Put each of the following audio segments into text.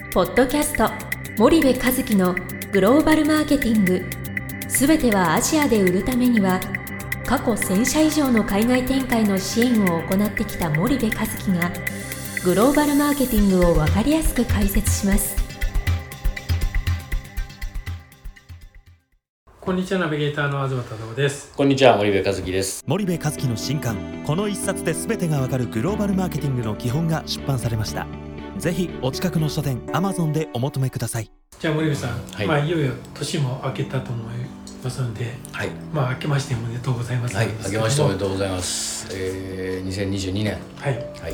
ポッドキャスト森部一樹のグローバルマーケティング、すべてはアジアで売るためには、過去1000社以上の海外展開の支援を行ってきた森部一樹がグローバルマーケティングを分かりやすく解説します。 こんにちは、ナビゲーターの東忠夫です。 こんにちは、森部一樹です。 森部一樹の新刊、この一冊で全てがわかるグローバルマーケティングの基本が出版されました。ぜひお近くの書店 Amazon でお求めください。 じゃあ森部さん、 はい、 いよいよ年も明けたと思いますので、 はい、 明けましておめでとうございます。 はい、明けましておめでとうございます。2022年、 はい、 はい、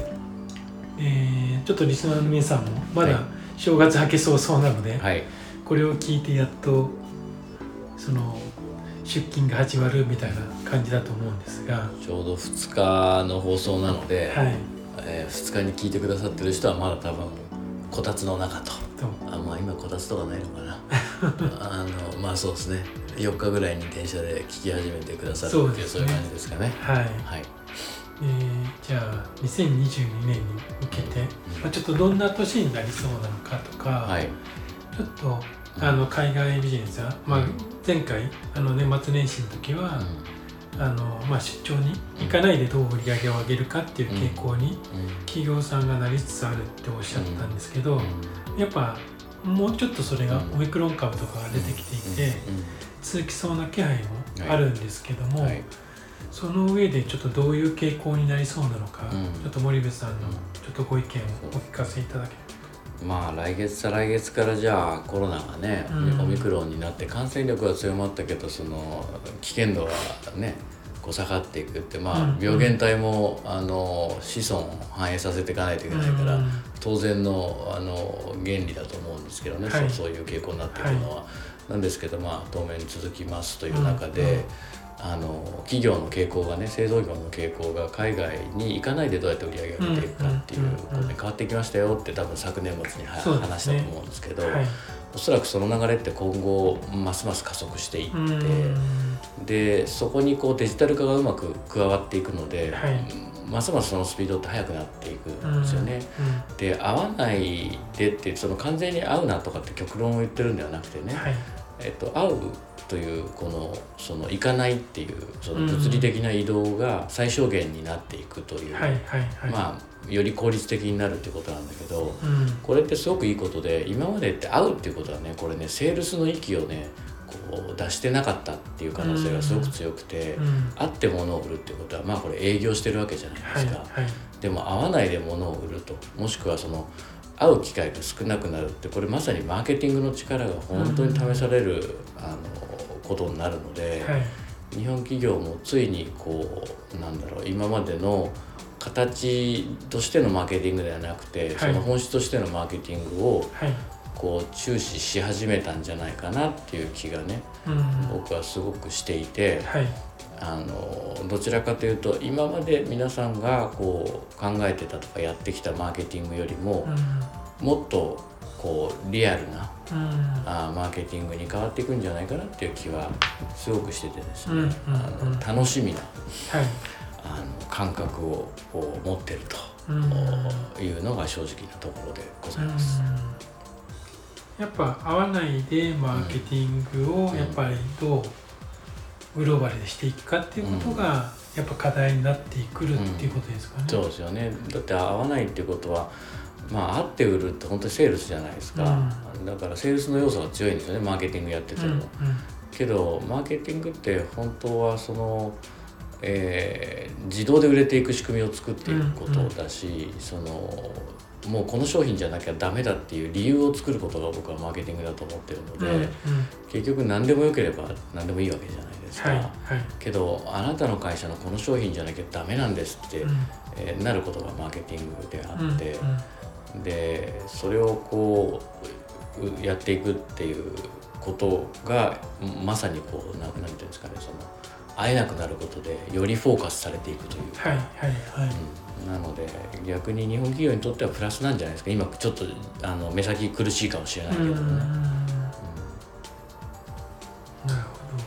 ちょっとリスナーの皆さんもまだ正月明け早々なので、 はい、これを聞いてやっとその出勤が始まるみたいな感じだと思うんですが、 ちょうど2日の放送なので、 はい 2日に聞いてくださってる人はまだ多分こたつの中と、今こたつとかないのかなそうですね、4日ぐらいに電車で聞き始めてくださるっていう、そういう感じですかね。 はい、はい、じゃあ2022年に向けて、ちょっとどんな年になりそうなのかとか、はい、ちょっと海外ビジネスは、前回年末年始の時は、出張に行かないでどう売り上げを上げるかっていう傾向に企業さんがなりつつあるっておっしゃったんですけど、やっぱもうちょっとそれがオミクロン株とかが出てきていて続きそうな気配もあるんですけども、その上でちょっとどういう傾向になりそうなのか、ちょっと森部さんのちょっとご意見をお聞かせいただければ。 来月再来月からじゃあコロナがね、オミクロンになって感染力は強まったけど、その危険度はね下がっていくって、病原体も子孫を反映させていかないといけないから、当然の原理だと思うんですけどね、そういう傾向になっていくのは、なんですけど当面続きますという中で、企業の傾向がね、製造業の傾向が海外に行かないでどうやって売り上げを上げていくかっていう、変わってきましたよって多分昨年末に話したと思うんですけど、おそらくその流れって今後ますます加速していって、でそこにデジタル化がうまく加わっていくので、ますますそのスピードって速くなっていくんですよね。で合わないでってその完全に合うなとかって極論を言ってるんではなくてね、合うというその行かないっていうその物理的な移動が最小限になっていくという、より効率的になるっていうことなんだけど、これってすごくいいことで、今までって会うっていうことはね、これねセールスの域をね出してなかったっていう可能性がすごく強くて、会って物を売るっていうことはこれ営業してるわけじゃないですか。でも会わないで物を売ると、もしくはその会う機会が少なくなるって、これまさにマーケティングの力が本当に試されることになるので、日本企業もついに今までの形としてのマーケティングではなくて、その本質としてのマーケティングを注視し始めたんじゃないかなっていう気がね、僕はすごくしていて、どちらかというと今まで皆さんが考えてたとかやってきたマーケティングよりも、もっとリアルなマーケティングに変わっていくんじゃないかなっていう気はすごくしててですね、楽しみな、感覚を持ってるというのが正直なところでございます。 やっぱ合わないでマーケティングをやっぱりどうグローバルでしていくかっていうことがやっぱ課題になってくるっていうことですかね。 そうですよね。だって合わないっていうことは会って売るって本当にセールスじゃないですか。だからセールスの要素が強いんですよね、マーケティングやってても。けどマーケティングって本当は自動で売れていく仕組みを作っていくことだし、もうこの商品じゃなきゃダメだっていう理由を作ることが僕はマーケティングだと思ってるので、結局何でもよければ何でもいいわけじゃないですか。けどあなたの会社のこの商品じゃなきゃダメなんですって、なることがマーケティングであって、でそれをやっていくっていうことがまさになんていうんですかね、会えなくなることでよりフォーカスされていくというか、なので逆に日本企業にとってはプラスなんじゃないですか。今ちょっと目先苦しいかもしれないけどね。 なるほど、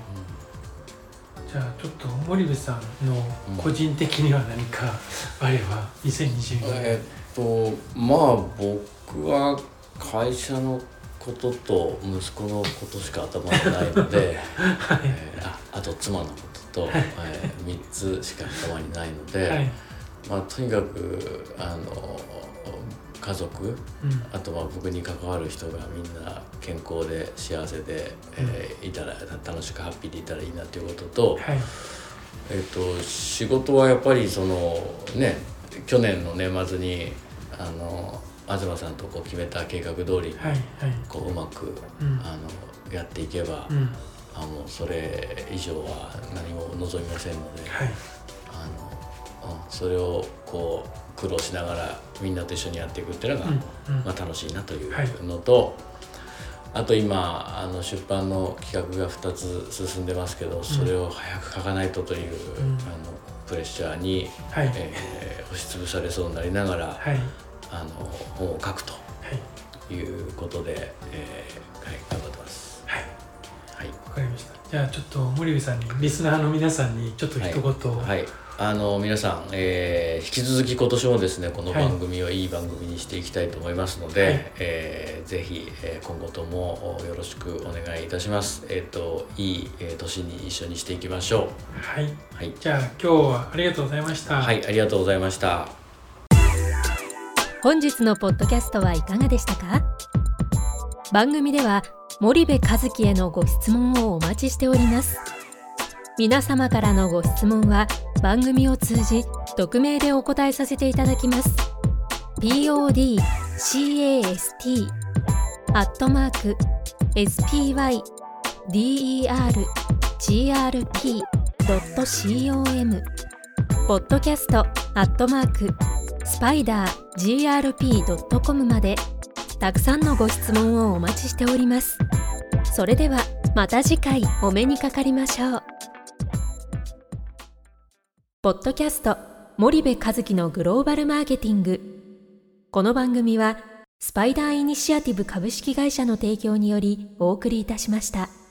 じゃあちょっと森部さんの個人的には何かあれば、2022年。 僕は会社のことと息子のことしか頭にないので、はい、あと妻のことと、3つしか頭にないので、はい、とにかく家族、あと僕に関わる人がみんな健康で幸せで、いたら楽しくハッピーでいたらいいなということと、はい、仕事はやっぱり去年の年末に東さんと決めた計画通り、はいはい、うまく、やっていけば、もうそれ以上は何も望みませんので、はい、それを苦労しながらみんなと一緒にやっていくっていうのが、楽しいなというのと、はい、あと今出版の企画が2つ進んでますけど、それを早く書かないとという、プレッシャーに、はい、押しつぶされそうになりながら、はい、本を書くということで、はい、頑張ってます。はい、 はい、わかりました。じゃあちょっと森部さんにリスナーの皆さんにちょっと一言、 はいはい、皆さん、引き続き今年もですねこの番組はいい番組にしていきたいと思いますので、はい、ぜひ、今後ともよろしくお願いいたします。いい年に一緒にしていきましょう。 はい、はい、じゃあ今日はありがとうございました。 はい、ありがとうございました。 本日のポッドキャストはいかがでしたか？番組では森部一樹へのご質問をお待ちしております。皆様からのご質問は番組を通じ匿名でお答えさせていただきます。podcast@spydergrp.com podcast@spidergrp.com までたくさんのご質問をお待ちしております。それではまた次回お目にかかりましょう。ポッドキャスト森部一樹のグローバルマーケティング。この番組はスパイダーイニシアティブ株式会社の提供によりお送りいたしました。